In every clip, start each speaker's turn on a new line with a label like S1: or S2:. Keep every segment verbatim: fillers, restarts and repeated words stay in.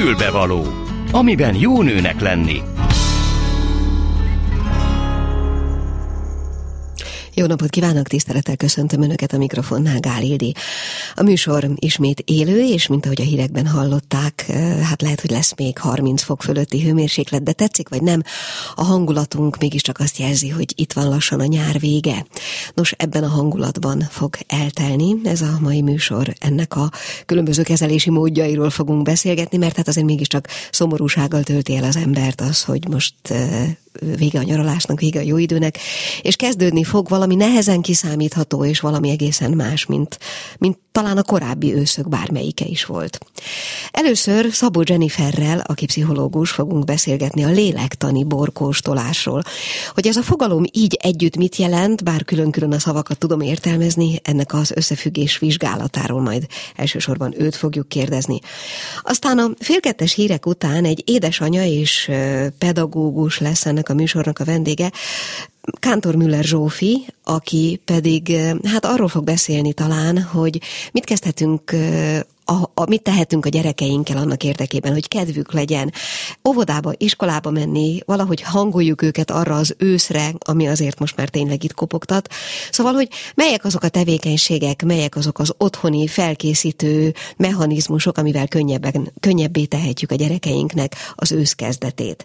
S1: Fülbevaló, amiben jó nőnek lenni.
S2: Jó napot kívánok, tisztelettel köszöntöm Önöket, a mikrofonnál Gál Ildi. A műsor ismét élő, és mint ahogy a hírekben hallották, hát lehet, hogy lesz még harminc fok fölötti hőmérséklet, de tetszik vagy nem, a hangulatunk mégiscsak azt jelzi, hogy itt van lassan a nyár vége. Nos, ebben a hangulatban fog eltelni ez a mai műsor, ennek a különböző kezelési módjairól fogunk beszélgetni, mert hát azért mégiscsak szomorúsággal tölti el az embert az, hogy most vége a nyaralásnak, vége a jó időnek, és kezdődni fog valami nehezen kiszámítható, és valami egészen más, mint, mint talán a korábbi őszök bármelyike is volt. Először Szabó Jenniferrel, aki pszichológus, fogunk beszélgetni a lélektani borkóstolásról. Hogy ez a fogalom így együtt mit jelent, bár külön-külön a szavakat tudom értelmezni, ennek az összefüggés vizsgálatáról majd elsősorban őt fogjuk kérdezni. Aztán a félkettes hírek után egy édesanya és pedagógus lesz ennek a műsornak a vendége, Kántor Müller Zsófi, aki pedig hát arról fog beszélni talán, hogy mit kezdhetünk, a, a, mit tehetünk a gyerekeinkkel annak érdekében, hogy kedvük legyen óvodába, iskolába menni, valahogy hangoljuk őket arra az őszre, ami azért most már tényleg itt kopogtat. Szóval, hogy melyek azok a tevékenységek, melyek azok az otthoni felkészítő mechanizmusok, amivel könnyebben, könnyebbé tehetjük a gyerekeinknek az ősz kezdetét.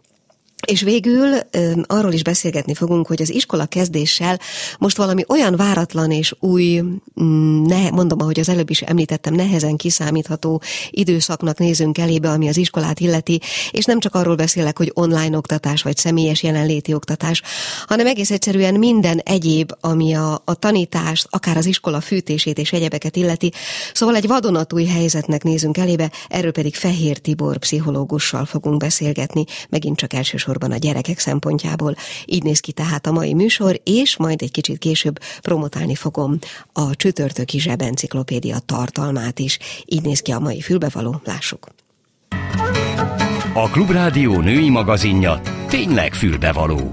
S2: És végül arról is beszélgetni fogunk, hogy az iskola kezdéssel most valami olyan váratlan és új, ne, mondom, ahogy az előbb is említettem, nehezen kiszámítható időszaknak nézünk elébe, ami az iskolát illeti, és nem csak arról beszélek, hogy online oktatás vagy személyes jelenléti oktatás, hanem egész egyszerűen minden egyéb, ami a, a tanítást, akár az iskola fűtését és egyebeket illeti. Szóval egy vadonatúj helyzetnek nézünk elébe, erről pedig Fehér Tibor pszichológussal fogunk beszélgetni, megint csak elsősorban a gyerekek szempontjából. Így néz ki tehát a mai műsor, és majd egy kicsit később promotálni fogom a csütörtöki zsebenciklopédia tartalmát is. Így néz ki a mai Fülbevaló, lássuk.
S1: A Klubrádió női magazinja tényleg fülbevaló.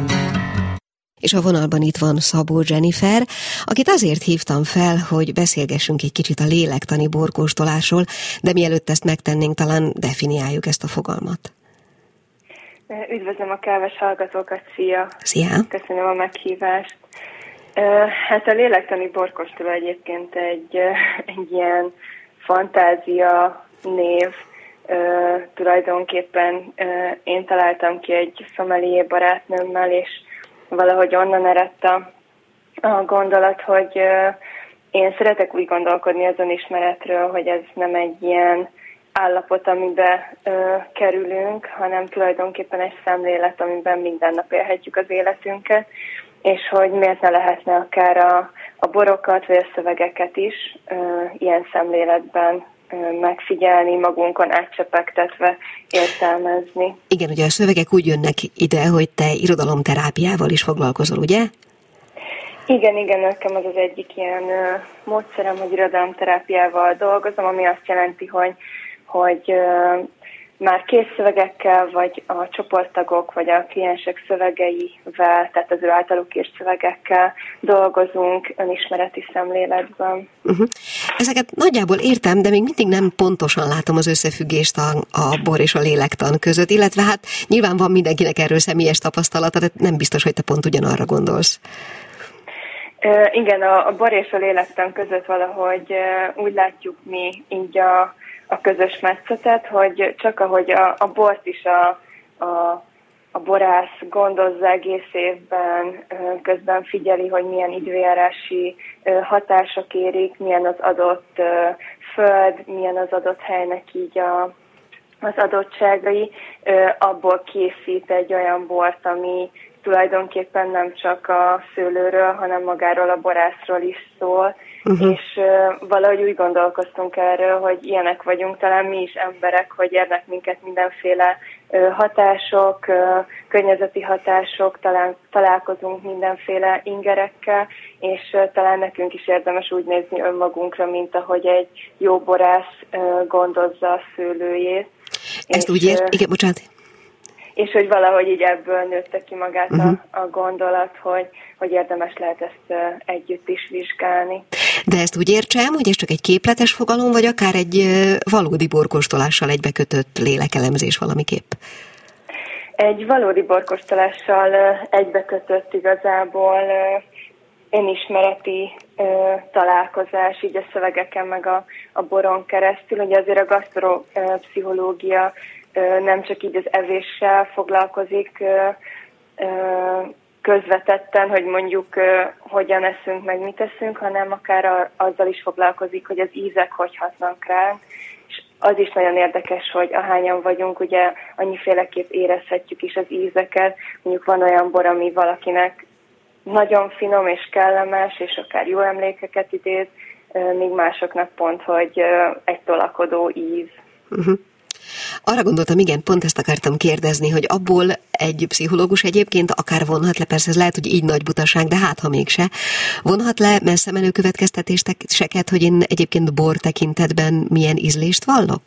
S2: És a vonalban itt van Szabó Jennifer, akit azért hívtam fel, hogy beszélgessünk egy kicsit a lélektani borkóstolásról, de mielőtt ezt megtennénk, talán definiáljuk ezt a fogalmat.
S3: Üdvözlöm a kedves hallgatókat, szia!
S2: Szia!
S3: Köszönöm a meghívást. Hát a lélektani borkóstoló egyébként egy, egy ilyen fantázia név. Tulajdonképpen én találtam ki egy sommelier barátnőmmel, és valahogy onnan eredt a, a gondolat, hogy én szeretek úgy gondolkodni az önismeretről, hogy ez nem egy ilyen állapot, amibe ö, kerülünk, hanem tulajdonképpen egy szemlélet, amiben minden nap élhetjük az életünket, és hogy miért ne lehetne akár a, a borokat vagy a szövegeket is ö, ilyen szemléletben ö, megfigyelni, magunkon átcsepegtetve értelmezni.
S2: Igen, ugye a szövegek úgy jönnek ide, hogy te irodalomterápiával is foglalkozol, ugye?
S3: Igen, igen, nekem az az egyik ilyen ö, módszerem, hogy irodalomterápiával dolgozom, ami azt jelenti, hogy hogy uh, már kész szövegekkel, vagy a csoporttagok, vagy a kliensek szövegeivel, tehát az ő általuk írt szövegekkel dolgozunk önismereti szemléletben. Uh-huh.
S2: Ezeket nagyjából értem, de még mindig nem pontosan látom az összefüggést a, a bor és a lélektan között, illetve hát nyilván van mindenkinek erről személyes tapasztalata, de nem biztos, hogy te pont ugyanarra gondolsz.
S3: Uh, igen, a, a bor és a lélektan között valahogy uh, úgy látjuk mi így a a közös metszetet, hogy csak ahogy a, a bort is a, a, a borász gondozza egész évben, közben figyeli, hogy milyen időjárási hatások érik, milyen az adott föld, milyen az adott helynek így a, az adottságai, abból készít egy olyan bort, ami tulajdonképpen nem csak a szőlőről, hanem magáról a borászról is szól, uh-huh. és uh, valahogy úgy gondolkoztunk erről, hogy ilyenek vagyunk, talán mi is emberek, hogy érnek minket mindenféle uh, hatások, uh, környezeti hatások, talán találkozunk mindenféle ingerekkel, és uh, talán nekünk is érdemes úgy nézni önmagunkra, mint ahogy egy jó borász uh, gondozza a szőlőjét.
S2: Ezt és, úgy ért, igen, bocsánat.
S3: és hogy valahogy így ebből nőtte ki magát
S2: uh-huh.
S3: a, a gondolat, hogy, hogy érdemes lehet ezt együtt is vizsgálni.
S2: De ezt úgy értsem, hogy ez csak egy képletes fogalom, vagy akár egy valódi borkóstolással egybekötött lélekelemzés valamiképp?
S3: Egy valódi borkóstolással egybekötött igazából önismereti találkozás, így a szövegeken meg a, a boron keresztül. Ugye azért a gasztropszichológia nem csak így az evéssel foglalkozik közvetetten, hogy mondjuk hogyan eszünk, meg mit eszünk, hanem akár azzal is foglalkozik, hogy az ízek hogy hatnak ránk. És az is nagyon érdekes, hogy ahányan vagyunk, ugye annyiféleképp érezhetjük is az ízeket. Mondjuk van olyan bor, ami valakinek nagyon finom és kellemes, és akár jó emlékeket idéz, míg másoknak pont, hogy egy tolakodó íz.
S2: Uh-huh. Arra gondoltam, igen, pont ezt akartam kérdezni, hogy abból egy pszichológus egyébként akár vonhat le, persze ez lehet, hogy így nagy butaság, de hát ha mégse, vonhat le messze menő következtetéseket, hogy én egyébként bor tekintetben milyen ízlést vallok?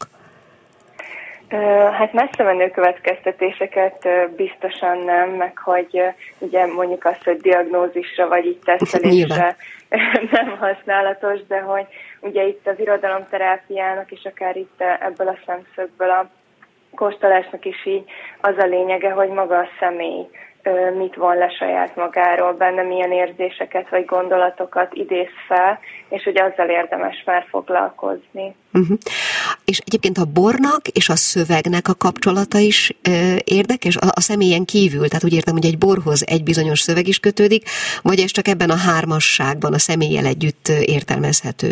S3: Hát messze menő következtetéseket biztosan nem, meg hogy ugye mondjuk azt, hogy diagnózisra vagy így tesztelésre nem használatos, de hogy ugye itt az irodalomterápiának és akár itt ebből a szemszögből a kóstolásnak is így az a lényege, hogy maga a személy mit von le saját magáról, benne milyen érzéseket vagy gondolatokat idéz fel, és hogy azzal érdemes már foglalkozni. Uh-huh.
S2: És egyébként a bornak és a szövegnek a kapcsolata is ö, érdekes, a, a személyen kívül, tehát úgy értem, hogy egy borhoz egy bizonyos szöveg is kötődik, vagy ez csak ebben a hármasságban a személlyel együtt értelmezhető?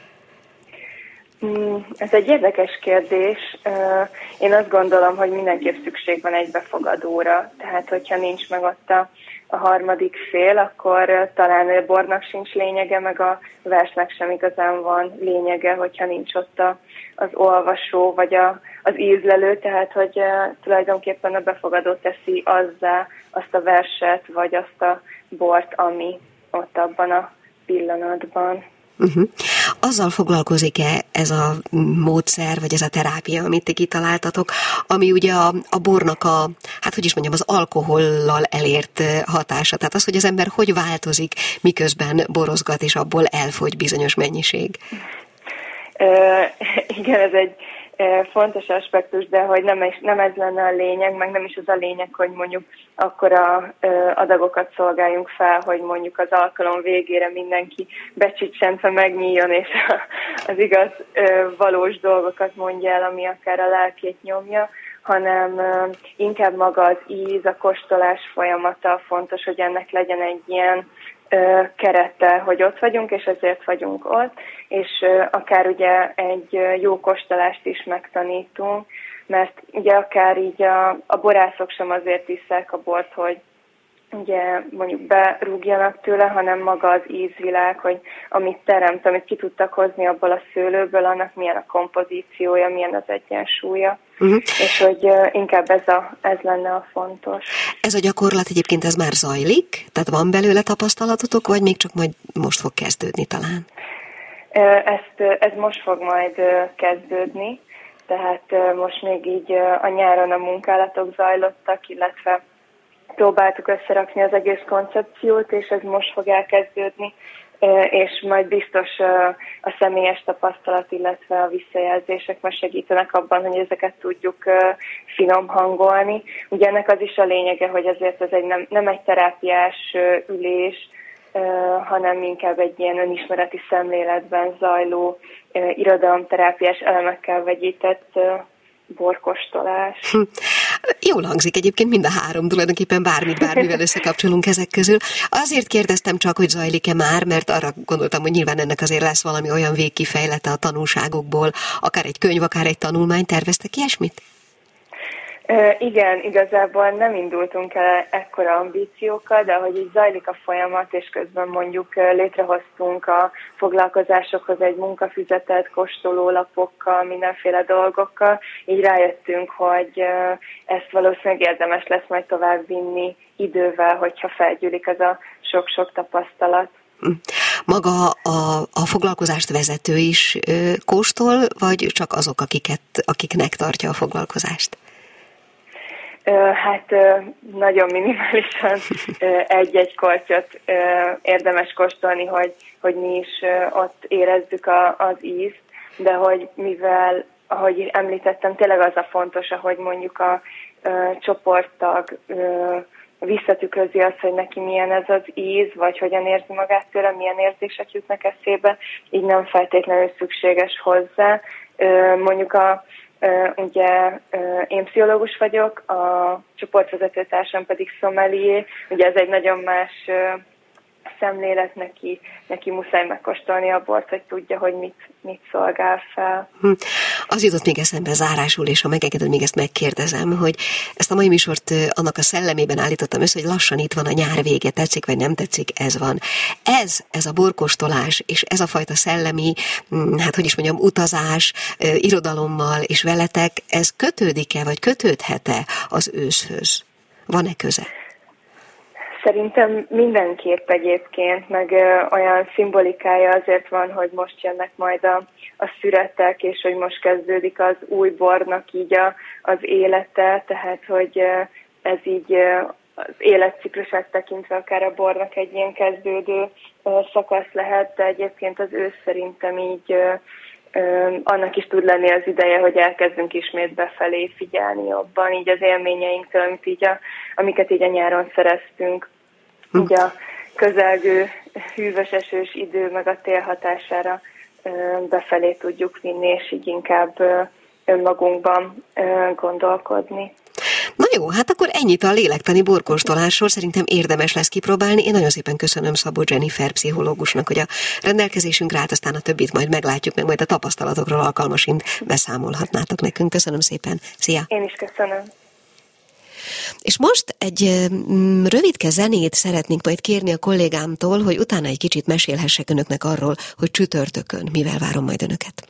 S3: Ez egy érdekes kérdés. Én azt gondolom, hogy mindenképp szükség van egy befogadóra. Tehát, hogyha nincs meg ott a, a harmadik fél, akkor talán a bornak sincs lényege, meg a versnek sem igazán van lényege, hogyha nincs ott a, az olvasó, vagy a, az ízlelő. Tehát, hogy tulajdonképpen a befogadó teszi azzá azt a verset, vagy azt a bort, ami ott abban a pillanatban.
S2: Uh-huh. Azzal foglalkozik-e ez a módszer, vagy ez a terápia, amit ti kitaláltatok, ami ugye a, a bornak a, hát hogy is mondjam, az alkohollal elért hatása, tehát az, hogy az ember hogy változik, miközben borozgat, és abból elfogy bizonyos mennyiség?
S3: Uh, igen, ez egy fontos aspektus, de hogy nem, is, nem ez lenne a lényeg, meg nem is az a lényeg, hogy mondjuk akkora adagokat szolgáljunk fel, hogy mondjuk az alkalom végére mindenki becsicsentve megnyíljon, és az igaz valós dolgokat mondja el, ami akár a lelkét nyomja, hanem inkább maga az íz, a kóstolás folyamata fontos, hogy ennek legyen egy ilyen kerete, hogy ott vagyunk, és ezért vagyunk ott, és akár ugye egy jó kóstolást is megtanítunk, mert ugye akár így a, a borászok sem azért isszák a bort, hogy ugye mondjuk berúgjanak tőle, hanem maga az ízvilág, hogy amit teremt, amit ki tudtak hozni abból a szőlőből, annak milyen a kompozíciója, milyen az egyensúlya. Uh-huh. És hogy uh, inkább ez, a, ez lenne a fontos.
S2: Ez a gyakorlat egyébként ez már zajlik? Tehát van belőle tapasztalatotok, vagy még csak majd most fog kezdődni talán?
S3: Uh, ezt, uh, ez most fog majd uh, kezdődni, tehát uh, most még így uh, a nyáron a munkálatok zajlottak, illetve próbáltuk összerakni az egész koncepciót, és ez most fog elkezdődni, és majd biztos a személyes tapasztalat, illetve a visszajelzések majd segítenek abban, hogy ezeket tudjuk finom hangolni. Ugye ennek az is a lényege, hogy azért ez egy nem, nem egy terápiás ülés, hanem inkább egy ilyen önismereti szemléletben zajló irodalomterápiás elemekkel vegyített borkóstolás.
S2: Hm. Jól hangzik egyébként mind a három, tulajdonképpen bármit, bármivel összekapcsolunk ezek közül. Azért kérdeztem csak, hogy zajlik-e már, mert arra gondoltam, hogy nyilván ennek azért lesz valami olyan végkifejlete a tanulságokból, akár egy könyv, akár egy tanulmány. Terveztek ilyesmit?
S3: Uh, igen, igazából nem indultunk el ekkora ambíciókkal, de ahogy így zajlik a folyamat, és közben mondjuk létrehoztunk a foglalkozásokhoz egy munkafüzetet, kóstolólapokkal, mindenféle dolgokkal, így rájöttünk, hogy uh, ezt valószínűleg érdemes lesz majd tovább vinni idővel, hogyha felgyűlik ez a sok-sok tapasztalat.
S2: Maga a, a foglalkozást vezető is uh, kóstol, vagy csak azok, akiket, akiknek tartja a foglalkozást?
S3: Hát nagyon minimálisan egy-egy kortyot érdemes kóstolni, hogy, hogy mi is ott érezzük a, az ízt, de hogy mivel, ahogy említettem, tényleg az a fontos, ahogy mondjuk a, a csoporttag visszatükrözi azt, hogy neki milyen ez az íz, vagy hogyan érzi magát tőle, milyen érzések jutnak eszébe, így nem feltétlenül szükséges hozzá. Mondjuk a Uh, ugye uh, én pszichológus vagyok, a csoportvezetőtársam pedig sommelier, ugye ez egy nagyon más uh, szemlélet, neki, neki muszáj megkóstolni a bort, hogy tudja, hogy mit, mit szolgál fel.
S2: Hm. Az jutott még eszembe zárásul, és ha megengeded, még ezt megkérdezem, hogy ezt a mai műsort annak a szellemében állítottam össze, hogy lassan itt van a nyár vége, tetszik vagy nem tetszik, ez van. Ez, ez a borkóstolás, és ez a fajta szellemi, hát hogy is mondjam, utazás, irodalommal és veletek, ez kötődik-e, vagy kötődhet-e az őszhöz? Van-e köze?
S3: Szerintem mindenképp egyébként, meg ö, olyan szimbolikája azért van, hogy most jönnek majd a, a szüretek, és hogy most kezdődik az új bornak így a, az élete, tehát hogy ö, ez így ö, az életciklusát tekintve akár a bornak egy ilyen kezdődő ö, szakasz lehet, de egyébként az ősz szerintem így ö, ö, annak is tud lenni az ideje, hogy elkezdünk ismét befelé figyelni jobban, így az élményeinktől, amit így a, amiket így a nyáron szereztünk. Így a közelgő hűvös esős idő meg a tél hatására befelé tudjuk vinni, és így inkább önmagunkban gondolkodni.
S2: Na jó, hát akkor ennyit a lélektani borkóstolásról, szerintem érdemes lesz kipróbálni. Én nagyon szépen köszönöm Szabó Jennifer pszichológusnak, hogy a rendelkezésünkre állt, aztán a többit majd meglátjuk, meg majd a tapasztalatokról alkalmasint beszámolhatnátok nekünk. Köszönöm szépen. Szia!
S3: Én is köszönöm.
S2: És most egy mm, rövidke zenét szeretnénk majd kérni a kollégámtól, hogy utána egy kicsit mesélhessek önöknek arról, hogy csütörtökön mivel várom majd önöket.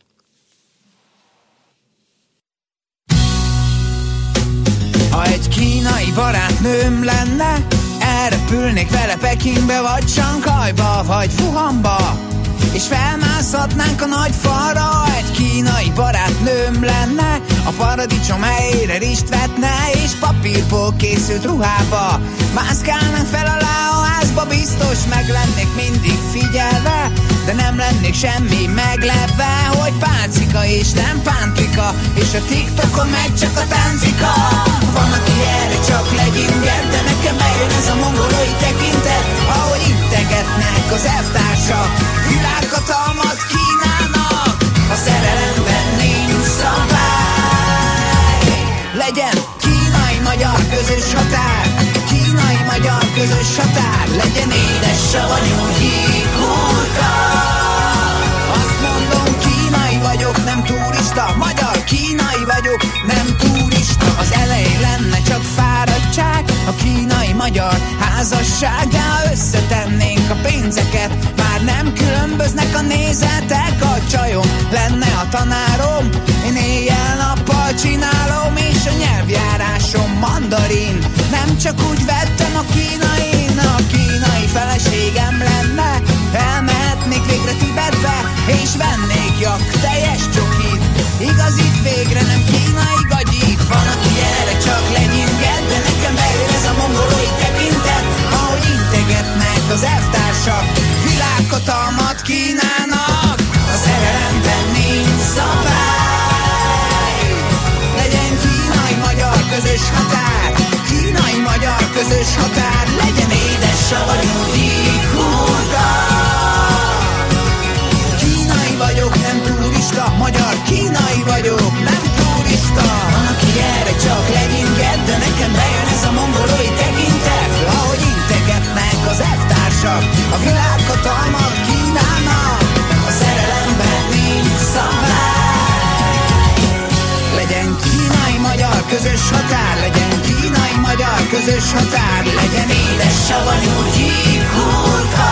S4: Ha egy kínai barátnőm lenne, elrepülnék vele Pekingbe, vagy Sanghajba, vagy Wuhanba, és felmászhatnánk a nagy falra. Egy kínai barátnőm lenne, a paradicsom helyére rist vetne, és papírból készült ruhába mászkálnánk fel alá a házba. Biztos meg lennék mindig figyelve, de nem lennék semmi meglepve, hogy pálcika és nem pántlika, és a TikTokon megy csak a táncika. Van, aki erre csak legyinget, de nekem bejön ez a mongolai tekintet, ahogy integetnek az elvtársak, világhatalmat kínálnak, a szerelemben nincs szabály. Legyen kínai-magyar közös határ, kínai-magyar közös határ, legyen édes savanyú gyíkhurka. Azt mondom, kínai vagyok, nem turista, magyar kínai vagyok, nem turista. Az elején lenne csak fáradtság, a kínai-magyar házasság, de ha összetennénk a pénzeket, már nem különböznek a nézetek. A csajom lenne a tanárom, én éjjel-nappal csinálom, és a nyelvjárásom mandarin. Nem csak úgy vettem a kínain, a kínai feleségem lenne, elmehetnék végre Tibetbe, és vennék jak teljes csokit, igazit végre, nem kínai gagyit. Van, aki erre csak legyinget, de nekem bejön ez a mongolai tekintet, ahogy integetnek az elvtársak, világhatalmat kínálnak, a szerelemben nincs szabály. Legyen kínai-magyar közös határ, kínai-magyar közös határ, legyen édes savanyú gyíkhurka. Kínai vagyok, nem turista, magyar kínai vagyok, nem turista. Van, aki erre csak legyinget, de nekem bejön ez a mongolai tekintet, ahogy integetnek az elvtársak, a világhatalmat kínálnak, a szerelemben nincs szabály. Legyen kínai-magyar közös határ, legyen kínai-magyar közös határ, legyen édes savanyú gyíkhurka.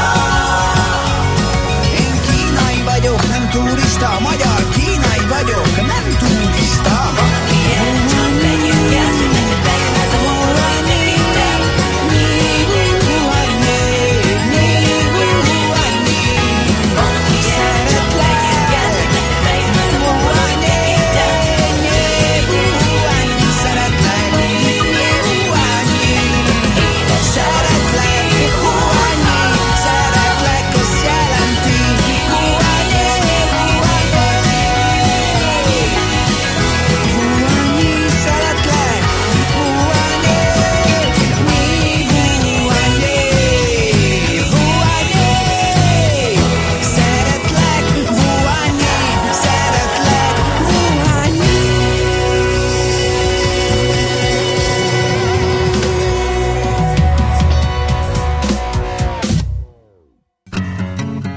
S4: Én kínai vagyok, nem turista, magyar kínai vagyok, nem turista. Van, aki erre csak legyinget, de neked bejön ez a mongolai tekintet, van, aki erre csak legyinget, de neked bejön ez a mongolai tekintet, szeretlek.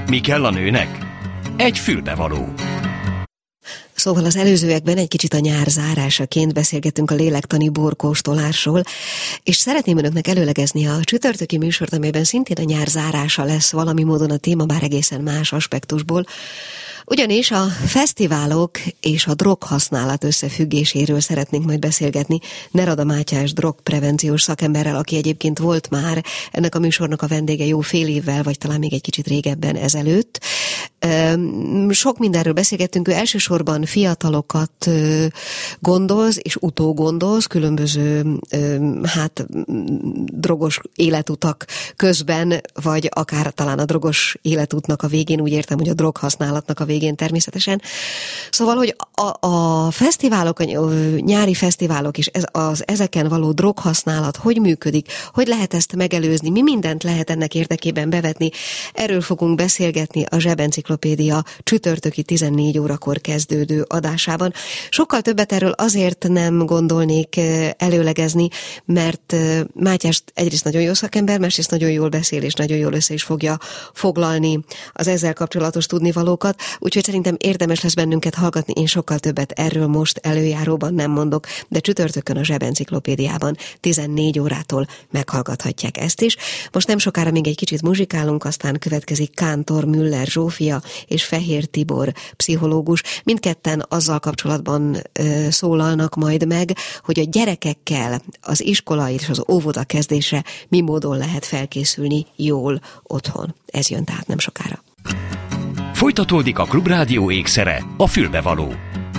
S1: Mi kell a nőnek? Egy fülbevaló.
S2: Szóval az előzőekben egy kicsit a nyár zárásaként beszélgetünk a lélektani borkóstolásról, és szeretném önöknek előlegezni a csütörtöki műsort, amelyben szintén a nyár zárása lesz valami módon a téma, bár egészen más aspektusból. Ugyanis a fesztiválok és a droghasználat összefüggéséről szeretnénk majd beszélgetni Nerada Mátyás drogprevenciós szakemberrel, aki egyébként volt már ennek a műsornak a vendége jó fél évvel, vagy talán még egy kicsit régebben ezelőtt. Sok mindenről beszélgettünk, ő elsősorban fiatalokat gondoz és utógondoz, különböző hát drogos életutak közben, vagy akár talán a drogos életútnak a végén, úgy értem, hogy a droghasználatnak a végén természetesen. Szóval, hogy a, a fesztiválok, a nyári fesztiválok és ez, az ezeken való droghasználat hogy működik, hogy lehet ezt megelőzni, mi mindent lehet ennek érdekében bevetni, erről fogunk beszélgetni a Zsebenciklopédia csütörtöki tizennégy órakor kezdődő adásában. Sokkal többet erről azért nem gondolnék előlegezni, mert Mátyás egyrészt nagyon jó szakember, másrészt nagyon jól beszél, és nagyon jól össze is fogja foglalni az ezzel kapcsolatos tudnivalókat, úgyhogy szerintem érdemes lesz bennünket hallgatni, én sokkal többet erről most előjáróban nem mondok, de csütörtökön a Zsebenciklopédiában tizennégy órától meghallgathatják ezt is. Most nem sokára még egy kicsit muzsikálunk, aztán következik Kántor Müller Zsófia és Fehér Tibor pszichológus. Mindketten azzal kapcsolatban ö, szólalnak majd meg, hogy a gyerekekkel az iskola és az óvoda kezdésre mi módon lehet felkészülni jól otthon. Ez jön tehát nem sokára.
S1: Folytatódik a Klubrádió ékszere, a fülbevaló.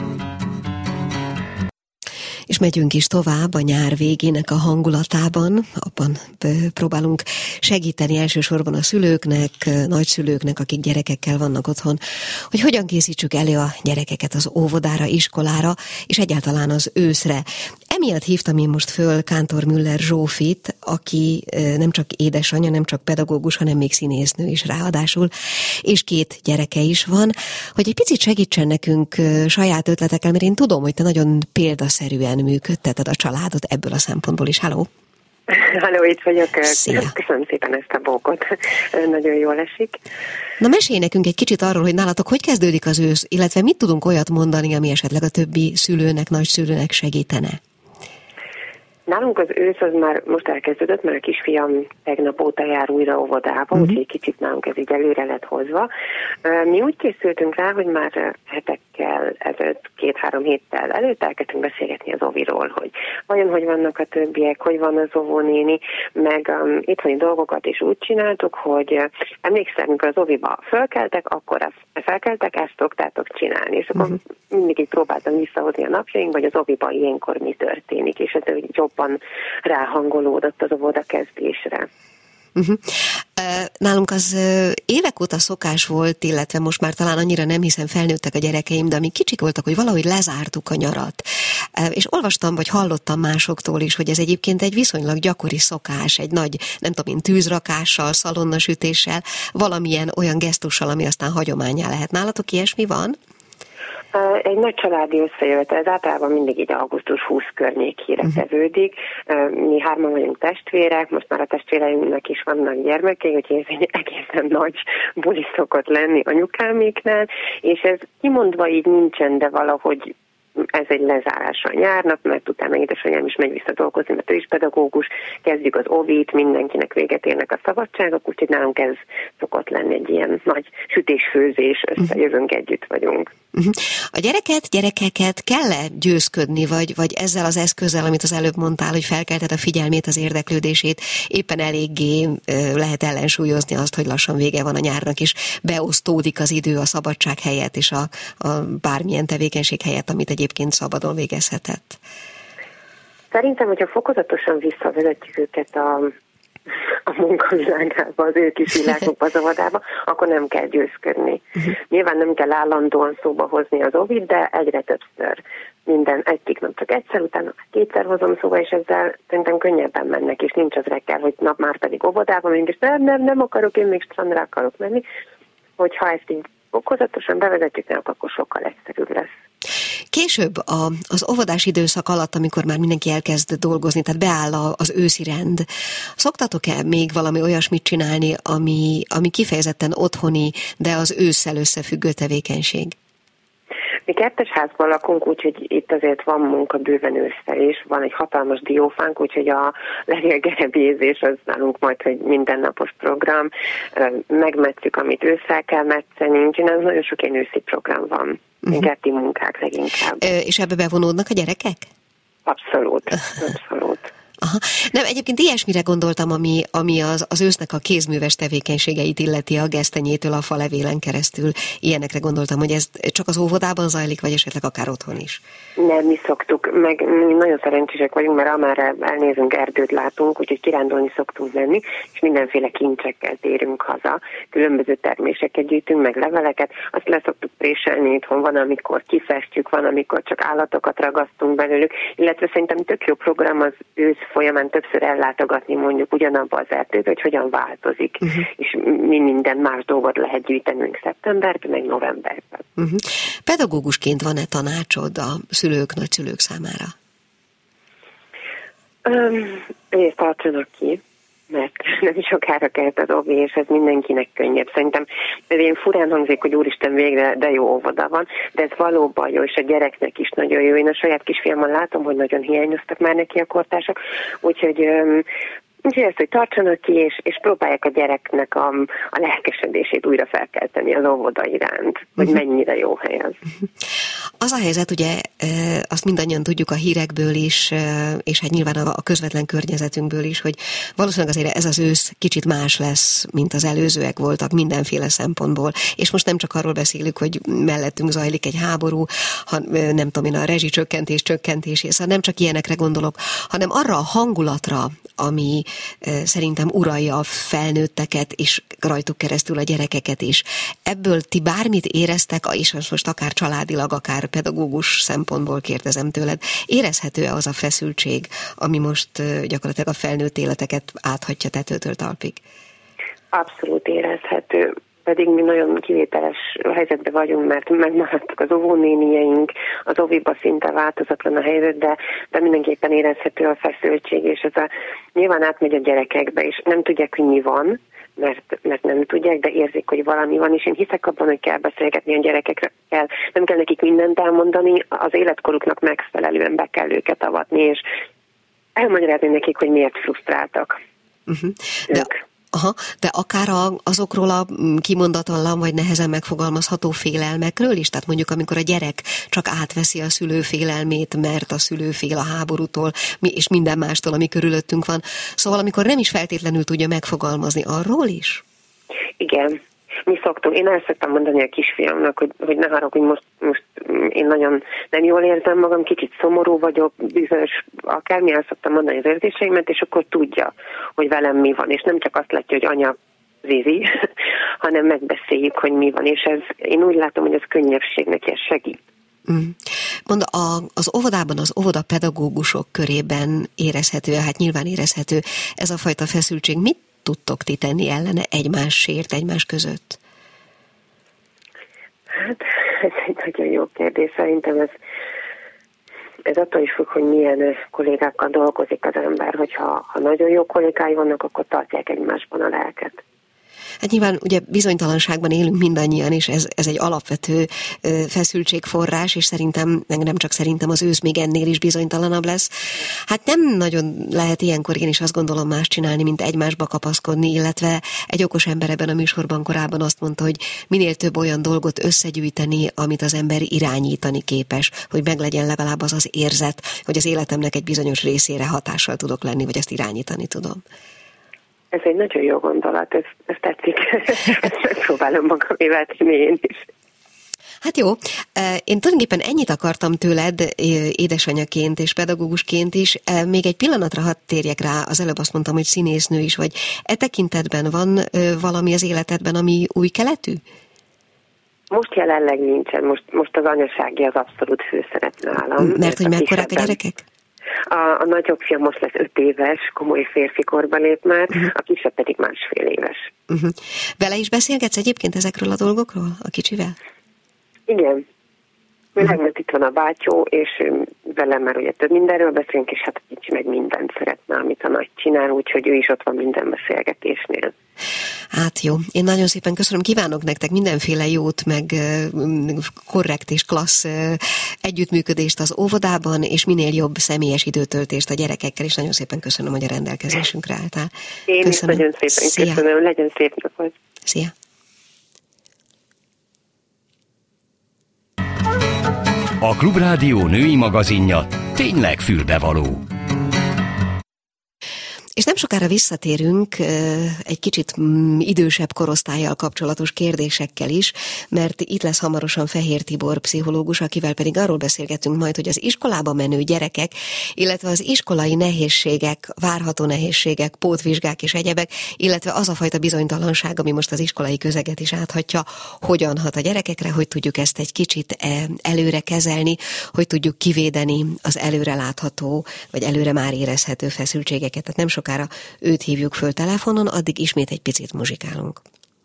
S2: És megyünk is tovább a nyár végének a hangulatában, abban próbálunk segíteni elsősorban a szülőknek, nagyszülőknek, akik gyerekekkel vannak otthon, hogy hogyan készítsük elő a gyerekeket az óvodára, iskolára, és egyáltalán az őszre. Emiatt hívtam én most föl Kántor Müller Zsófit, aki nem csak édesanyja, nem csak pedagógus, hanem még színésznő is ráadásul, és két gyereke is van, hogy egy picit segítsen nekünk saját ötletekkel, mert én tudom, hogy te nagyon példaszerűen működteted a családot ebből a szempontból is. Halló!
S5: Halló, itt vagyok.
S2: Szia.
S5: Köszönöm szépen ezt a bókot. Nagyon jól esik.
S2: Na, mesélj nekünk egy kicsit arról, hogy nálatok hogy kezdődik az ősz, illetve mit tudunk olyat mondani, ami esetleg a többi szülőnek, nagyszülőnek segítene?
S5: Nálunk az ősz az már most elkezdődött, mert a kisfiam tegnap óta jár újra óvodába, uh-huh. úgyhogy kicsit nálunk ez így előre lett hozva. Mi úgy készültünk rá, hogy már hetekkel ezelőtt, két-három héttel előtt elkezdtünk beszélgetni az oviról, hogy vajon hogy vannak a többiek, hogy van az óvónéni, meg um, itthoni dolgokat is úgy csináltuk, hogy uh, emlékszem, amikor az oviba fölkeltek, akkor ezt, felkeltek, ezt szoktátok csinálni, és akkor uh-huh. mindig így próbáltam visszahozni a napjaink, vagy az oviba ilyenkor mi történik, és ez jobban ráhangolódott az óvoda kezdésre.
S2: Uh-huh. Nálunk az évek óta szokás volt, illetve most már talán annyira nem, hiszen felnőttek a gyerekeim, de amíg kicsik voltak, hogy valahogy lezártuk a nyarat. És olvastam, vagy hallottam másoktól is, hogy ez egyébként egy viszonylag gyakori szokás, egy nagy, nem tudom én, tűzrakással, szalonnasütéssel, valamilyen olyan gesztussal, ami aztán hagyománnyá lehet. Nálatok ilyesmi van?
S5: Egy nagy családi összejövetel, ez általában mindig így augusztus huszadika környékére tevődik. Mi hárman vagyunk testvérek, most már a testvéreinknek is vannak gyermekei, úgyhogy ez egy egészen nagy buli szokott lenni anyukáméknál, és ez kimondva így nincsen, de valahogy ez egy lezárása a nyárnak, mert utána édesanyám is megy vissza dolgozni, mert ő is pedagógus, kezdjük az ovit, mindenkinek véget érnek a szabadságok, úgyhogy nálunk ez szokott lenni egy ilyen nagy sütés-főzés, összejövünk, együtt vagyunk.
S2: A gyereket, gyerekeket kell-e győzködni, vagy, vagy ezzel az eszközzel, amit az előbb mondtál, hogy felkelted a figyelmét, az érdeklődését, éppen eléggé lehet ellensúlyozni azt, hogy lassan vége van a nyárnak, és beosztódik az idő a szabadság helyett, és a, a bármilyen tevékenység helyett, amit egyébként szabadon végezhetett?
S5: Szerintem, hogyha fokozatosan visszavezetjük őket a, a munkavilágába, az ő kis világokba, az óvodába, akkor nem kell győzködni. Uh-huh. Nyilván nem kell állandóan szóba hozni az ovit, de egyre többször. Minden egyik nap csak egyszer, utána kétszer hozom szóba, és ezzel szerintem könnyebben mennek, és nincs az reggel, hogy nap már pedig óvodába megyünk, és nem, nem, nem akarok, én még strandra akarok menni. Hogyha ezt így fokozatosan bevezetjük, akkor sokkal egyszerűbb lesz.
S2: később a, az óvodás időszak alatt, amikor már mindenki elkezd dolgozni, tehát beáll a, az őszi rend, szoktatok-e még valami olyasmit csinálni, ami, ami kifejezetten otthoni, de az ősszel összefüggő tevékenység?
S5: Mi kettes házban lakunk, úgyhogy itt azért van munka bőven ősszel is. Van egy hatalmas diófánk, úgyhogy a levélgerebézés az nálunk majd, hogy mindennapos program. Megmetszük, amit ősszel kell metszeni. Csinálunk, nagyon sok ilyen őszi program van. Uh-huh. Kerti munkák leginkább.
S2: Ö, és ebbe bevonódnak a gyerekek?
S5: Abszolút, abszolút.
S2: Aha. Nem, egyébként ilyesmire gondoltam, ami, ami az, az ősznek a kézműves tevékenységeit illeti a gesztenyétől a falevélen keresztül. Ilyenekre gondoltam, hogy ez csak az óvodában zajlik, vagy esetleg akár otthon is.
S5: Nem, mi szoktuk, meg mi nagyon szerencsések vagyunk, mert amára elnézünk, erdőt látunk, úgyhogy kirándulni szoktunk menni, és mindenféle kincsekkel térünk haza. Különböző terméseket gyűjtünk, meg leveleket, azt le szoktuk préselni itthon, van, amikor kifestjük, van, amikor csak állatokat ragasztunk belőlük, illetve szerintem tök jó program az ősz folyamán többször ellátogatni mondjuk ugyanabba az erdőt, hogy hogyan változik, uh-huh. és mi minden más dolgot lehet gyűjtenünk szeptemberben, meg novemberben.
S2: Uh-huh. Pedagógusként van-e tanácsod a szülők, nagyszülők számára?
S5: Um, Ezt tartsanak ki, mert nem sokára kellett az óvé, és ez mindenkinek könnyebb. Szerintem én furán hangzik, hogy úristen végre, de jó óvoda van, de ez valóban jó, és a gyereknek is nagyon jó. Én a saját kisfiamon látom, hogy nagyon hiányoztak már neki a kortársak, úgyhogy um, Úgyhogy ezt, hogy tartsanak ki, és, és próbálják a gyereknek a, a lelkesedését újra felkelteni az óvoda iránt, hogy mennyire jó hely az.
S2: Az a helyzet, ugye, azt mindannyian tudjuk a hírekből is, és hát nyilván a közvetlen környezetünkből is, hogy valószínűleg azért ez az ősz kicsit más lesz, mint az előzőek voltak mindenféle szempontból. És most nem csak arról beszélünk, hogy mellettünk zajlik egy háború, ha, nem tudom én, a rezsicsökkentés, csökkentés, szóval nem csak ilyenekre gondolok, hanem arra a hangulatra, ami szerintem uralja a felnőtteket, és rajtuk keresztül a gyerekeket is. Ebből ti bármit éreztek, és most akár családilag, akár pedagógus szempontból kérdezem tőled, érezhető-e az a feszültség, ami most gyakorlatilag a felnőtt életeket áthatja tetőtől talpig? Abszolút érezhető. Pedig mi nagyon kivételes helyzetben vagyunk, mert megmaradtak az óvónénieink, az óviba szinte változatlan a helyzet, de, de mindenképpen érezhető a feszültség, és ez a, nyilván átmegy a gyerekekbe, és nem tudják, hogy mi van, mert, mert nem tudják, de érzik, hogy valami van, és én hiszek abban, hogy kell beszélgetni a gyerekekkel, nem kell nekik mindent elmondani, az életkoruknak megfelelően be kell őket avatni, és elmagyarázni nekik, hogy miért frusztráltak. Uh-huh. De... Aha, de akár azokról a kimondatlan vagy nehezen megfogalmazható félelmekről is, tehát mondjuk amikor a gyerek csak átveszi a szülő félelmét, mert a szülő fél a háborútól, és minden mástól, ami körülöttünk van. Szóval amikor nem is feltétlenül tudja megfogalmazni, arról is?
S5: Igen. Mi szoktunk, én el szoktam mondani a kisfiamnak, hogy, hogy ne haragudj, most, most én nagyon nem jól érzem magam, kicsit szomorú vagyok, bizonyos, akármi el szoktam mondani az érzéseimet, és akkor tudja, hogy velem mi van, és nem csak azt látja, hogy anya zizi, hanem megbeszéljük, hogy mi van, és ez, én úgy látom, hogy ez könnyebbség neki, ez segít.
S2: Mm. Mondd, a, az óvodában, az óvodapedagógusok körében érezhető, hát nyilván érezhető ez a fajta feszültség. Mit tudtok ti tenni ellene egymásért, egymás között?
S5: Hát, ez egy nagyon jó kérdés. Szerintem ez, ez attól is függ, hogy milyen kollégákkal dolgozik az ember. Hogyha ha nagyon jó kollégái vannak, akkor tartják egymásban a lelket.
S2: Hát nyilván ugye bizonytalanságban élünk mindannyian, és ez, ez egy alapvető feszültségforrás, és szerintem, nem csak szerintem az ősz még ennél is bizonytalanabb lesz. Hát nem nagyon lehet ilyenkor, én is azt gondolom, más csinálni, mint egymásba kapaszkodni, illetve egy okos ember ebben a műsorban korábban azt mondta, hogy minél több olyan dolgot összegyűjteni, amit az ember irányítani képes, hogy meglegyen legalább az az érzet, hogy az életemnek egy bizonyos részére hatással tudok lenni, vagy ezt irányítani tudom.
S5: Ez egy nagyon jó gondolat, ez, ez tetszik. Ezt megpróbálom magamével tenni én is.
S2: Hát jó, én tulajdonképpen ennyit akartam tőled édesanyaként és pedagógusként is. Még egy pillanatra hadd térjek rá, az előbb azt mondtam, hogy színésznő is vagy. E tekintetben van valami az életedben, ami új keletű?
S5: Most jelenleg nincsen, most, most az anyasági az abszolút főszerep nálam.
S2: Mert hogy mekkorák a gyerekek?
S5: A, a nagyobb fiam most lesz öt éves, komoly férfi korba lép már, uh-huh. A kisebb pedig másfél éves.
S2: Uh-huh. Vele is beszélgetsz egyébként ezekről a dolgokról, a kicsivel?
S5: Igen. Főleg, mert itt van a bátyó, és velem már ugye több mindenről beszélünk, és hát a kicsi meg mindent szeretne, amit a nagy csinál, úgyhogy ő is ott van minden beszélgetésnél.
S2: Hát jó, én nagyon szépen köszönöm, kívánok nektek mindenféle jót, meg korrekt és klassz együttműködést az óvodában, és minél jobb személyes időtöltést a gyerekekkel, és nagyon szépen köszönöm, hogy a rendelkezésünkre álltál.
S5: Én köszönöm. Is nagyon szépen Szia. Köszönöm, legyen szép napot.
S2: Szia!
S1: A Klubrádió női magazinja tényleg fülbevaló.
S2: És nem sokára visszatérünk egy kicsit idősebb korosztállyal kapcsolatos kérdésekkel is, mert itt lesz hamarosan Fehér Tibor pszichológus, akivel pedig arról beszélgetünk majd, hogy az iskolába menő gyerekek, illetve az iskolai nehézségek, várható nehézségek, pótvizsgák és egyebek, illetve az a fajta bizonytalanság, ami most az iskolai közeget is áthatja, hogyan hat a gyerekekre, hogy tudjuk ezt egy kicsit előre kezelni, hogy tudjuk kivédeni az előre látható, vagy előre már érezhető feszültségeket. Tehát nem sokára őt hívjuk föl telefonon, addig ismét egy picit muzsikálunk.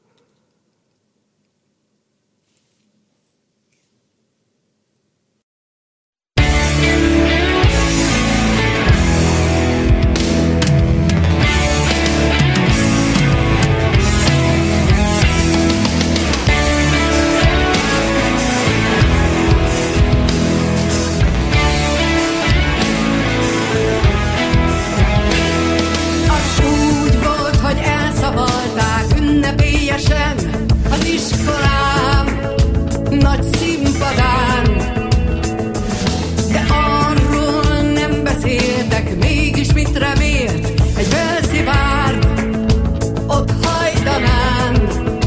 S6: Az iskolám nagy színpadán, de arról nem beszéltek, mégis mit remélt egy velszivárd ott hajdanán.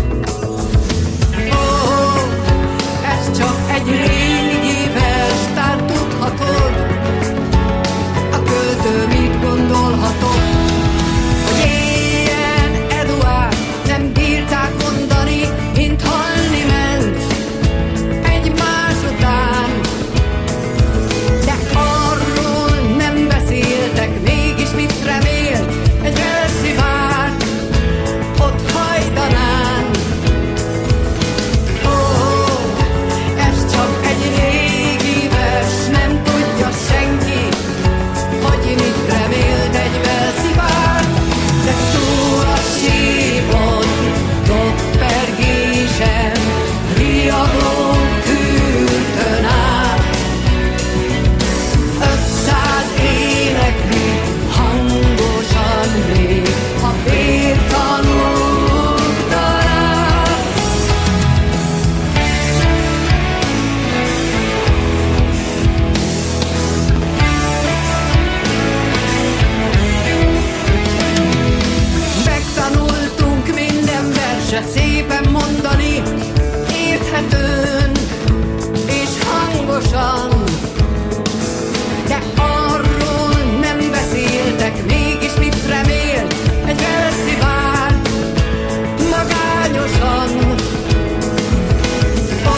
S6: Ó, ez csak egy régi vers, tán tudhatod, a költő mit gondolhatott, hogy éljen Eduárd, nem bírták mondani, mint halni ment egymás után. De arról nem beszéltek, mégis mit remélt egy velszivárd ott hajdanán. Ó, ez csak egy régi vers, nem tudja senki, hogy mit remélt egy velszivárd. De túl a sípon doppergésen, riadó kürtön át, ötszáz énekli hangosan még a vértanúk darát. Megtanultunk minden verset szépen mondani, érthetőn és hangosan, de arról nem beszéltek, mégis mit remélt egy velszivárd magányosan. Ó,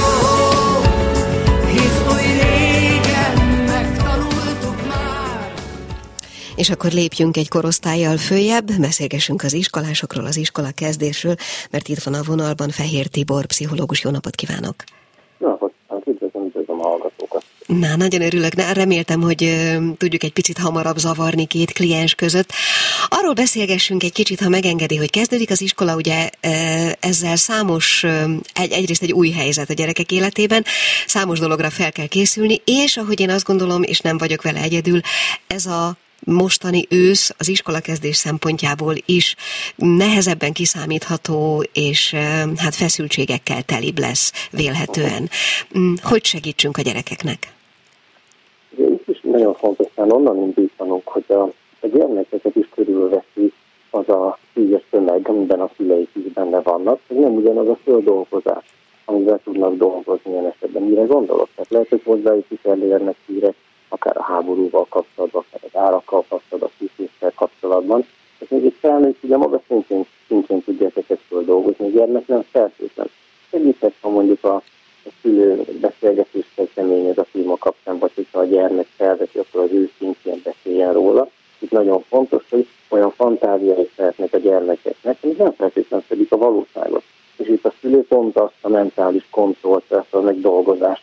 S6: hisz oly régen megtanultuk már.
S2: És akkor lépjünk egy korosztállyal följebb, beszélgessünk az iskolásokról, az iskola kezdésről, mert itt van a vonalban Fehér Tibor pszichológus. Jó napot kívánok!
S7: Jó napot, üdvözlöm, üdvözlöm a hallgatókat!
S2: Na, nagyon örülök, Na, reméltem, hogy uh, tudjuk egy picit hamarabb zavarni két kliens között. Arról beszélgessünk egy kicsit, ha megengedi, hogy kezdődik az iskola, ugye uh, ezzel számos, uh, egy, egyrészt egy új helyzet a gyerekek életében, számos dologra fel kell készülni, és ahogy én azt gondolom, és nem vagyok vele egyedül, ez a mostani ősz az iskolakezdés szempontjából is nehezebben kiszámítható, és hát feszültségekkel telibb lesz vélhetően. Hogy segítsünk a gyerekeknek?
S7: Itt is nagyon fontos, hogy onnan indítanunk, hogy a, a gyermekeket is körülveszi az a szíves tömeg, amiben a szüleik is benne vannak. Ez nem ugyanaz a földolgozás, amivel tudnak dolgozni ilyen esetben. Mire gondolok? Tehát lehet, hogy hozzájuk is elérnek hírek, akár a háborúval kapcsolatban, akár az árakkal kapcsolatban, a fűtéssel kapcsolatban. És még egy felnőtt, ugye maga szintén, szintén tudják ezt földolgozni, a gyermek nem feltétlen. Segített, ha mondjuk a, a szülő beszélgetést kezdeményez a téma kapcsán, vagy hogyha a gyermek felveti, akkor az ő szintén beszéljen róla. Itt nagyon fontos, hogy olyan fantáziai szeretnek a gyermekeknek, ami nem feltétlenül fedik a valóságot. És itt a szülő pont azt a mentális kontrollt, ezt a megdolgozást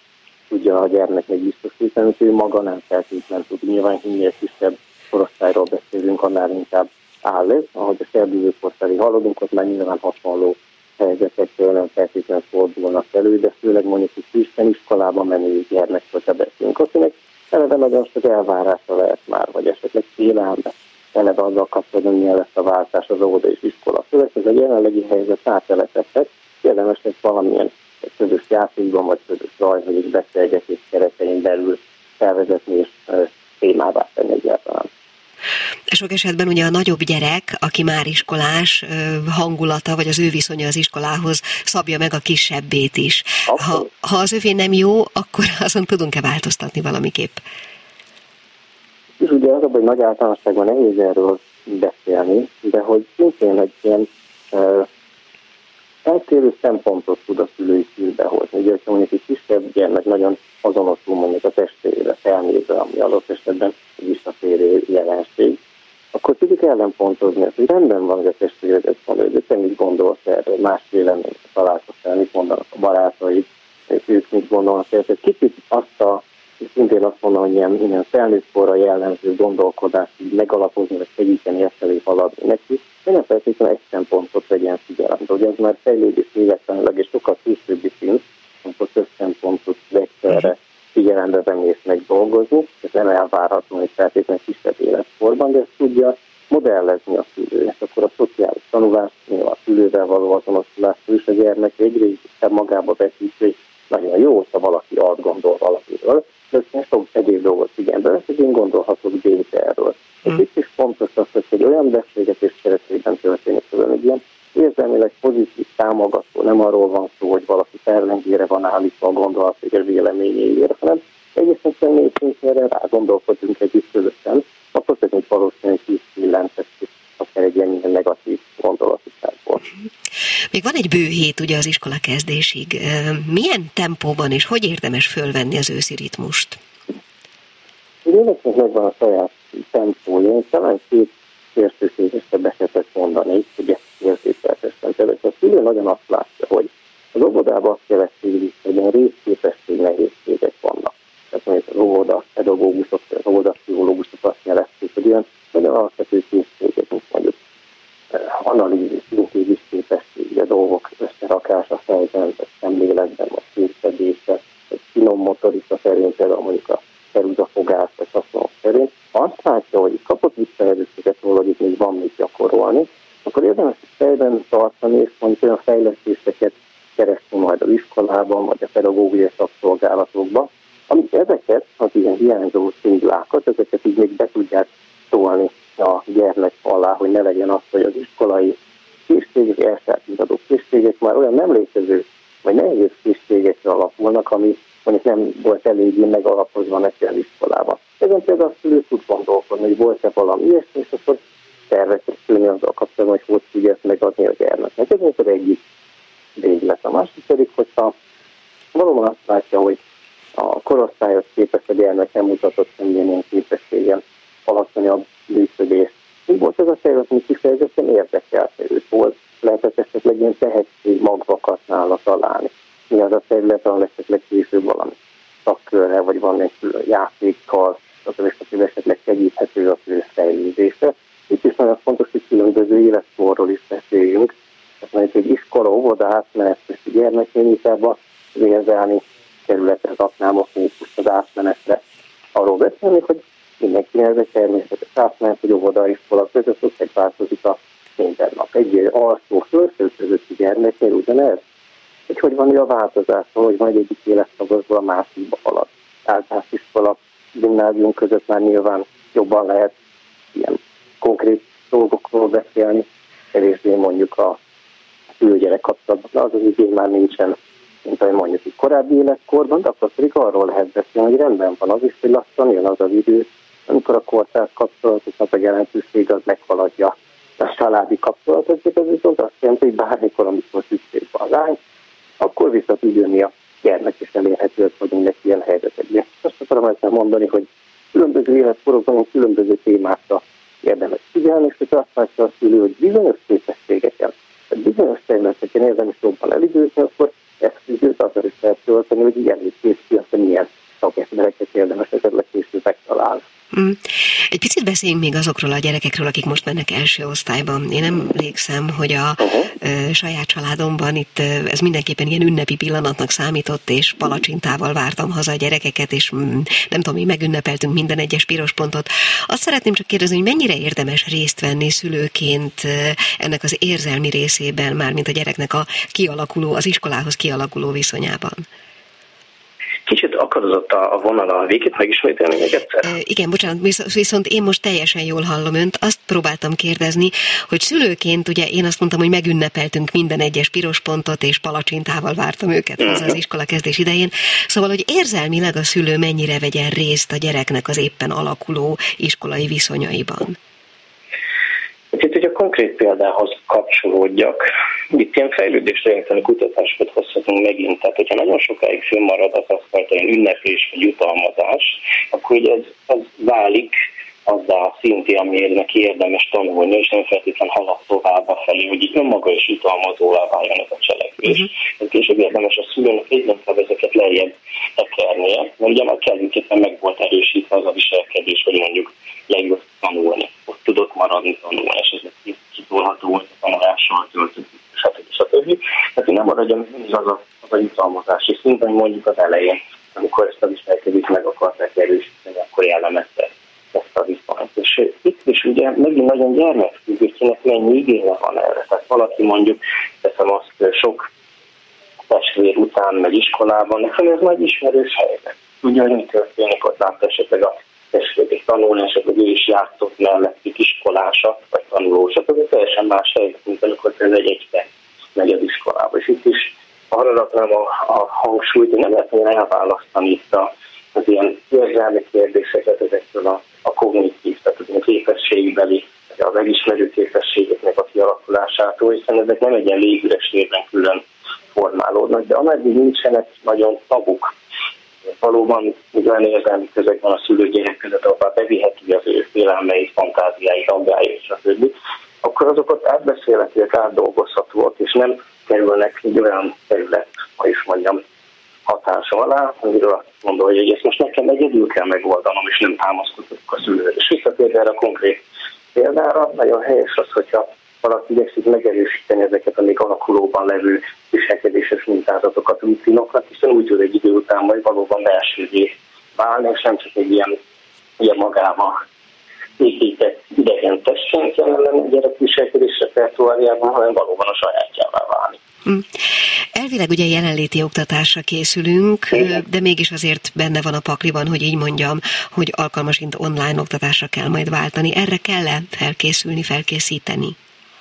S7: tudja a gyermeknek biztosítani, hogy ő maga nem feltétlenül tud. Nyilván minél kisebb korosztályról beszélünk, annál inkább áll ez. Ahogy a szerbűzőkor felé haladunk, ott már nyilván hasonló helyzetekről nem feltétlenül fordulnak elő, de főleg mondjuk hogy Isten iskolában menő gyermekről beszélünk, akinek eleve nagyon sok elvárása lehet már, vagy esetleg félelme, eleve azzal kapcsolatban, milyen lesz a váltás az óvoda és iskola között. Ez a jelenlegi helyzet áteletettek, érdemes lesz valamilyen közös játékban, vagy közös rajz, vagy egy beszélgetés keretein belül felvezetni és témává tenni egyáltalán.
S2: Sok esetben ugye a nagyobb gyerek, aki már iskolás hangulata, vagy az ő viszonya az iskolához szabja meg a kisebbét is. Ha, ha az övé nem jó, akkor azon tudunk-e változtatni valamiképp?
S7: És ugye az, hogy nagy általánosságban nehéz erről beszélni, de hogy szintén egy ilyen uh, eltérő szempontot tud a szülői szívbe hozni. Ugye, hogyha mondjuk egy kisebb gyermek nagyon azonosul mondjuk a testvérére felnézve, ami adott esetben visszatérő jelenség, akkor tudjuk ellenpontozni, hogy rendben van, hogy a testvéredet mondja, hogy te mit gondolsz erről, más véleményt találkoztál, mit mondanak a barátaid, ők mit gondolnak erről. Kicsit azt a, szintén azt mondom, hogy ilyen, ilyen felnőttkorra jellemző gondolkodást így megalapozni, vagy segíteni ezt elé haladni neki, de nem feltétlenül egy szempontot vegyen figyelembe. Ugye ez már fejlődés élettanilag, és sokkal későbbi szint, amikor több szempontot egyszerre figyelembe venni és megdolgozni. Ez nem elvárható, hogy feltétlenül kisebb életkorban, de ezt tudja modellezni a szülő. És akkor a szociális tanulás, a szülővel való azonosulástól is a gyermek egyre inkább magába veszik, hogy nagyon jó, ha valaki azt gondol valamiről, de ezt sok egyéb dolgot figyelembe vesz, hogy én gondolhatok B erről. És itt is fontos az, hogy egy olyan beszélgetés keretében történik, hogy ilyen érzelmileg pozitív, támogató, nem arról van szó, hogy valaki terlengére van állítva a gondolatvége véleményéért, hanem egészen nézzünk erre, rá gondolkodjunk együtt közösen, akkor pedig valószínűleg kiszillentettük akár egy ilyen negatív gondolatvitából.
S2: Még van egy bő hét ugye az iskola kezdésig. Milyen tempóban és hogy érdemes fölvenni az őszi ritmust?
S7: Mindenkinek megvan a saját tempója, én talán két szélsőségesebb esetet mondanék, hogy ezt érzékeltessen. Tehát a szülő nagyon azt látja, hogy az óvodában azt jelességi, hogy ilyen részképesség nehézségek vannak. Tehát mondjuk az óvoda pedagógusok, az óvoda pszichológusok azt jelessék, hogy olyan nagyon alapvető készségek, mint mondjuk analízis, szintézis képesség, a dolgok összerakása fejben, vagy szemléletben, vagy készkedése, vagy finom motorika szerint, például mondjuk a ceruzafogás, vagy hasonlók szerint. Ha azt látja, hogy kapott visszajelzéseket róla, hogy itt még van mit gyakorolni, akkor érdemes fejben tartani, és mondjuk olyan fejlesztéseket keresni majd az iskolában, vagy a pedagógiai szakszolgálatokban, amik ezeket, az ilyen hiányzó szinglákat, ezeket így még be tudják tolni a gyermek alá, hogy ne legyen az, hogy az iskolai készségek, elsajátítható készségek már olyan nem létező, vagy nehéz készségekre alapulnak, ami mondjuk nem volt eléggé megalapozva neki az iskolában. Ezen például a szülő tud gondolkodni, hogy volt-e valami ilyesmi, és akkor terveket szülni azzal kapcsolatban, hogy hogy tudja ezt megadni a gyermeknek. Ez az egyik véglet. A másik pedig, hogyha valóban azt látja, hogy a korosztályos képes a gyermek nem mutatott semmilyen ilyen képességen alacsonyabb működés. Így volt ez a terület, ami kifejezetten érdekelte őt volt, lehetett esetleg ilyen tehetség magvakat nála találni. Mi az a terület, ahol esetleg később valami szakkörrel, vagy van egy külön játékkal, az esetleg segíthető az ő fejlődése. Itt is nagyon fontos, hogy különböző életkorról is beszéljünk. Tehát mondjuk egy iskola, óvoda átmenetes gyermekén inkább azt érzelmi területre raknám a fókuszt az átmenetre. Arról beszélni, hogy mindenkinek ez egy természetes átmenet, hogy óvoda, iskola között ott megváltozik a minden nap. Egy alsó fölső közötti gyermeknél ugyanez. Hogy hogy van a változás, hogy van egy egyik életszakaszból a másikba halad. Általános iskola, gimnázium között már nyilván jobban lehet ilyen konkrét dolgokról beszélni, kevésbé mondjuk a szülő-gyerek kapcsolatban, az az igény már nincsen, mint ahogy mondjuk egy korábbi életkorban, de akkor pedig arról lehet beszélni, hogy rendben van az is, hogy lassan jön az az idő, amikor a kortárs kapcsolatoknak a jelentőség az meghaladja a családi kapcsolatot, ez viszont azt jelenti, hogy bármikor, amikor szükség van rá, akkor vissza tud jönni a gyermek is elérhető, hogy mindenki ilyen helyzetekben. Azt akarom ezzel mondani, hogy különböző életkorokban különböző témákra érdemes figyelni, és hogy azt látja a szülő, hogy bizonyos képességeken, vagy bizonyos területeken érdemes jobban elidőzni, akkor ezt időt azért is lehet tölteni, hogy így emlékszét ki azt, hogy milyen szakembereket érdemes esetleg később megtalálni.
S2: Mm. Egy picit beszéljünk még azokról a gyerekekről, akik most mennek első osztályban. Én emlékszem, hogy a uh-huh. ö, saját családomban itt ö, ez mindenképpen ilyen ünnepi pillanatnak számított, és palacsintával vártam haza a gyerekeket, és mm, nem tudom, mi megünnepeltünk minden egyes piros pontot. Azt szeretném csak kérdezni, hogy mennyire érdemes részt venni szülőként ö, ennek az érzelmi részében, mármint a gyereknek a kialakuló, az iskolához kialakuló viszonyában.
S8: Kicsit akadozott a vonal a végét, megismételni még egyszer?
S2: E, igen, bocsánat, viszont én most teljesen jól hallom önt. Azt próbáltam kérdezni, hogy szülőként, ugye én azt mondtam, hogy megünnepeltünk minden egyes piros pontot, és palacsintával vártam őket haza az iskola kezdés idején. Szóval, hogy érzelmileg a szülő mennyire vegyen részt a gyereknek az éppen alakuló iskolai viszonyaiban?
S8: Itt, hogy a konkrét példához kapcsolódjak, itt ilyen fejlődésre kutatásokat hozhatunk megint, tehát hogyha nagyon sokáig fönnmarad az azfajta ilyen ünneplés vagy jutalmazás, akkor ugye ez, az válik azzá szinti, amiért érdemes tanulni, és nem feltétlenül halad tovább a felé, hogy így önmaga is jutalmazóvá váljon ez a cselekvés. Uh-huh. Ez később érdemes a szülőnek egyre inkább ezeket lejjebb tekernie, mert ugye már kellőképpen meg volt erősítve az a viselkedés, hogy mondjuk legjött tanulni, ott tudott maradni tanulni, és ez kitolható volt a tanulással töltött, stb. stb. Tehát nem maradjon mindig az a, az a jutalmazási szint, hogy mondjuk az elején, amikor ezt a viselkedést meg akarták erősíteni, akkor jellemezte ezt a viszonyt. És itt is ugye megint nagyon gyermekfüggőkének mennyi igénye van erre. Tehát valaki mondjuk, teszem azt, sok testvér után megy iskolában, nekem ez nagy ismerős helyzet. Ugye, hogy mi történik, ott látta esetleg a testvérek tanulni, esetleg ő is játszott mellettük iskolásat, vagy tanulósat, ez teljesen más helyzet, mint amikor ez egy egybe megy az iskolába. És itt is arra raknám a, a hangsúlyt, hogy nem lehet elválasztani itt a, az ilyen érzelmi kérdéseket ezektől a, a kognitív, tehát az képességbeli, az elismerő képességeknek a kialakulásától, hiszen ezek nem egy ilyen légüres térben külön formálódnak, de ameddig nincsenek nagyon tabuk. Valóban olyan érzelmi közeg van a szülő-gyerek között, ahol beviheti az ő félelmeit, fantáziáit, aggályait, stb. Akkor azok ott átbeszélhetőek, átdolgozhatóak, és nem kerülnek egy olyan terület, ha is mondjam, hatása alá, amiről azt gondolja, hogy ezt most nekem egyedül kell megoldanom, és nem támaszkodok a szülőre. És visszatérve erre a konkrét példára, nagyon helyes az, hogyha valaki igyekszik megerősíteni ezeket a még alakulóban levő viselkedéses mintázatokat, rutinokat, hiszen úgy tud egy idő után majd valóban belsővé válni, és nem csak egy ilyen, ilyen magába épített idegen testként jelen lenni a gyerek viselkedés repertoárjában, hanem valóban a sajátjává válni.
S2: Mm. Elvileg ugye jelenléti oktatásra készülünk, igen, de mégis azért benne van a pakliban, hogy így mondjam, hogy alkalmasint online oktatásra kell majd váltani. Erre kell-e felkészülni, felkészíteni?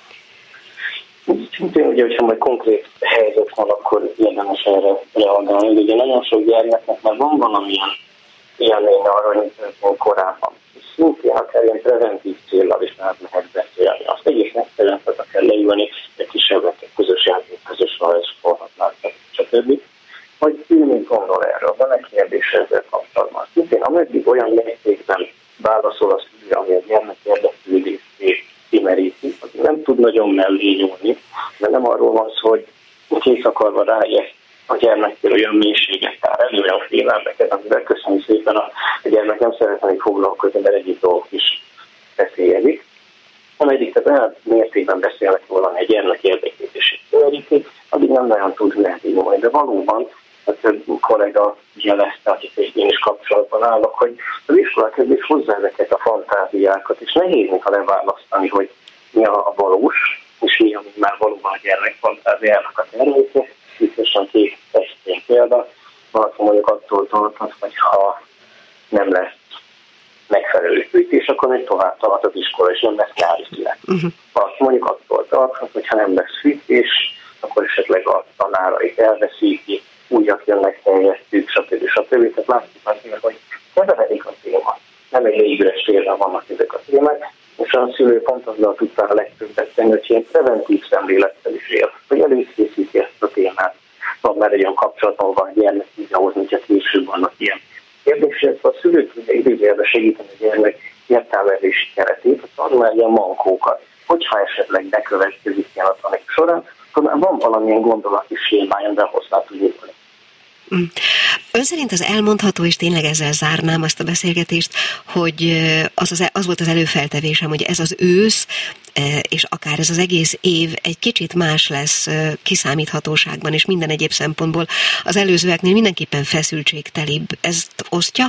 S8: Szintén ugye, hogyha majd konkrét helyzet van, akkor érdemes erre reagálni. Ugye nagyon sok gyermeknek már van valamilyen élménye arra, hogy történt korábban. És szintén akár ilyen preventív céllal is már lehet beszélni. Azt egész megfelelően kell leülni, egy kisebbekkel közös játék, közös rajzolhatnák, stb. Hogy ő még gondol erről, van-e kérdés ezzel kapcsolatban. Szintén ameddig olyan mértékben válaszol a szülő, ami a gyermek érdeklődését kimeríti, az nem tud nagyon mellé nyúlni, mert nem arról van szó, hogy kész akarva ráért a gyermektől olyan mélységet tár elő, olyan félelmeket, amivel köszönjük szépen a, a gyermek nem szeretne foglalkozni, mert egyik dolgok is beszéljezik. Ameddig tehát olyan mértékben beszélnek volna egy gyermek érdekét és kimerítik, addig nem nagyon tud mellé nyúlni. De valóban a több kollega jelezte, akik én is kapcsolatban állok, hogy az iskola kezdés hozzá ezeket a fantáziákat, és nehéz ha leválasztani, hogy mi a valós, és mi, ami már valóban a gyermek fantáziának a terméke. Biztosan két testén példa, valaki mondjuk attól tarthat, hogy ha nem lesz megfelelő fűtés, akkor még tovább tart az iskola, és nem lesz nyári szünet. Uh-huh. Valaki mondjuk attól tarthat, hogy ha nem lesz fűtés, akkor esetleg a tanárait elveszíti, újak jönnek helyettük, stb. stb. Tehát látjuk azért, hogy keveredik a téma. Nem egy légüres térben vannak ezek a témák, és a szülő pont azzal tudta a legtöbbet tenni, hogy ilyen preventív szemlélettel is él, hogy előkészíti ezt a témát. Van már egy olyan kapcsolatban van a gyermek így ahhoz, hogyha később vannak ilyen kérdések. A szülő tudja időzélbe segíteni a gyermek értelmezési keretét, hogy ad már ilyen mankókat. Hogyha esetleg bekövetkezik ilyen a tanék során, akkor már van valamilyen gondolati sémája, de hozzá tud nyúlni.
S2: Ön szerint az elmondható, és tényleg ezzel zárnám azt a beszélgetést, hogy az, az, az volt az előfeltevésem, hogy ez az ősz, és akár ez az egész év egy kicsit más lesz kiszámíthatóságban, és minden egyéb szempontból az előzőeknél mindenképpen feszültségtelibb. Ezt osztja?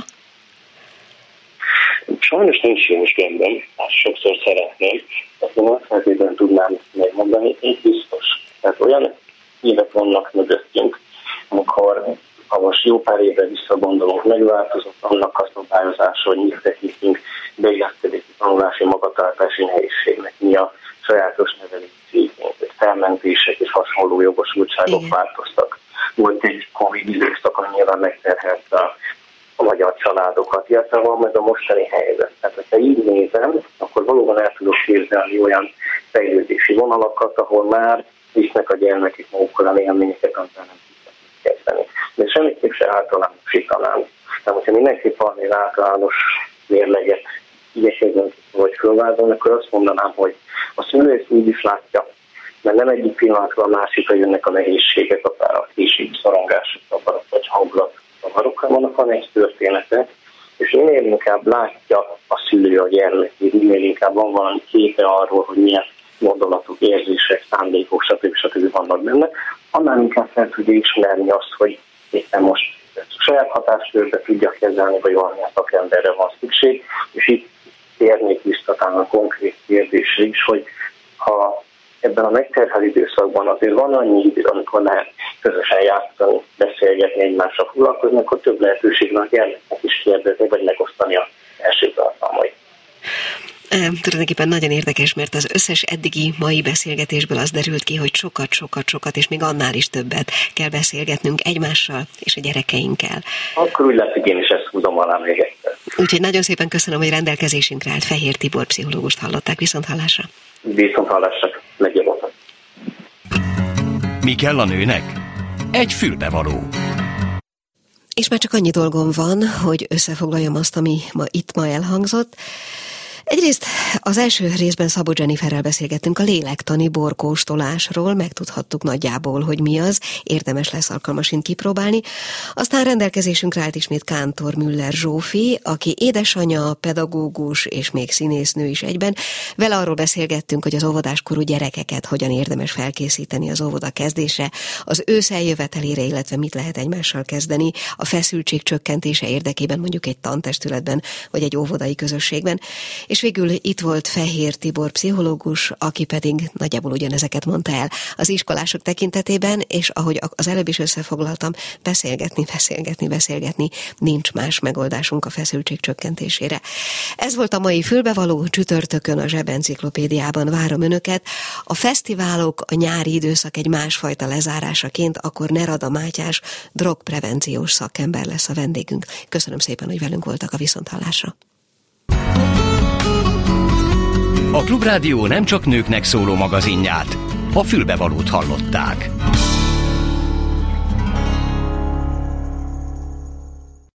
S8: Sajnos nincs ilyen is rendben, azt sokszor szeretném, ezt én azt feltétlenül tudnám megmondani, így biztos. Tehát olyan évek vannak mögöttünk, amikor, ha most jó pár évre visszagondolunk, megváltozott annak a szabályozása, hogy mit tekintünk beilleszkedési tanulási magatartási nehézségnek, mi a sajátos nevelési cégünk, felmentések és hasonló jogosultságok Igen. változtak. Volt egy Covid időszak, ami nyilván megterhelte a, a magyar családokat, illetve van meg a mostani helyzet. Tehát, ha így nézem, akkor valóban el tudok képzelni olyan fejlődési vonalakat, ahol már visznek a gyermekek magukkal a élményeket, amivel nem tudnak kezdeni. De semmiképp se általánosítanám. Tehát, hogyha mindenképp valami általános mérleget igyekezünk vagy fölvázolni, akkor azt mondanám, hogy a szülő ezt úgy is látja, mert nem egyik pillanatra a másikra jönnek a nehézségek, akár a később szorongások, zavarok vagy hangulat zavarok, vannak van egy története, és minél inkább látja a szülő a gyermekét, minél inkább van valami képe arról, hogy milyen gondolatok, érzések, szándékok, stb. stb. Vannak benne, annál inkább fel tudja ismerni azt, hogy éppen most saját hatáskörbe tudja kezelni, vagy valamilyen szakemberre van szükség, és itt térnék vissza a konkrét kérdésre is, hogy ha ebben a megterhelt időszakban azért van annyi idő, amikor lehet közösen játszani, beszélgetni, egymással foglalkozni, akkor több lehetőség van gyermeknek is kérdezni, vagy megosztani a első tartalmait.
S2: Tulajdonképpen nagyon érdekes, mert az összes eddigi mai beszélgetésből az derült ki, hogy sokat, sokat, sokat, és még annál is többet kell beszélgetnünk egymással és a gyerekeinkkel.
S8: Akkor úgy látszik, én is ezt húzom alá még egyszer.
S2: Úgyhogy nagyon szépen köszönöm, hogy rendelkezésünkre állt. Fehér Tibor pszichológust hallották. Viszont hallásra.
S8: Viszont hallásra. Megjobbodhat.
S1: Mi kell a nőnek? Egy fülbevaló.
S2: És már csak annyi dolgom van, hogy összefoglaljam azt, ami ma itt ma elhangzott. Egyrészt az első részben Szabó Jenniferrel beszélgettünk a lélektani borkóstolásról, megtudhattuk nagyjából, hogy mi az, érdemes lesz alkalmasint kipróbálni. Aztán rendelkezésünkre állt ismét Kántor Müller Zsófi, aki édesanyja, pedagógus és még színésznő is egyben. Vele arról beszélgettünk, hogy az óvodáskorú gyerekeket hogyan érdemes felkészíteni az óvoda kezdésre, az ősz eljövetelére, illetve mit lehet egymással kezdeni, a feszültség csökkentése érdekében mondjuk egy tantestületben vagy egy óvodai közösségben. És És végül itt volt Fehér Tibor pszichológus, aki pedig nagyjából ugyanezeket mondta el az iskolások tekintetében, és ahogy az előbb is összefoglaltam, beszélgetni, beszélgetni, beszélgetni, nincs más megoldásunk a feszültség csökkentésére. Ez volt a mai fülbevaló, csütörtökön a Zsebenciklopédiában várom önöket. A fesztiválok, a nyári időszak egy másfajta lezárásaként, akkor Nerada Mátyás drogprevenciós szakember lesz a vendégünk. Köszönöm szépen, hogy velünk voltak, a viszonthallásra.
S1: A Klubrádió nem csak nőknek szóló magazinját, a fülbevalót hallották.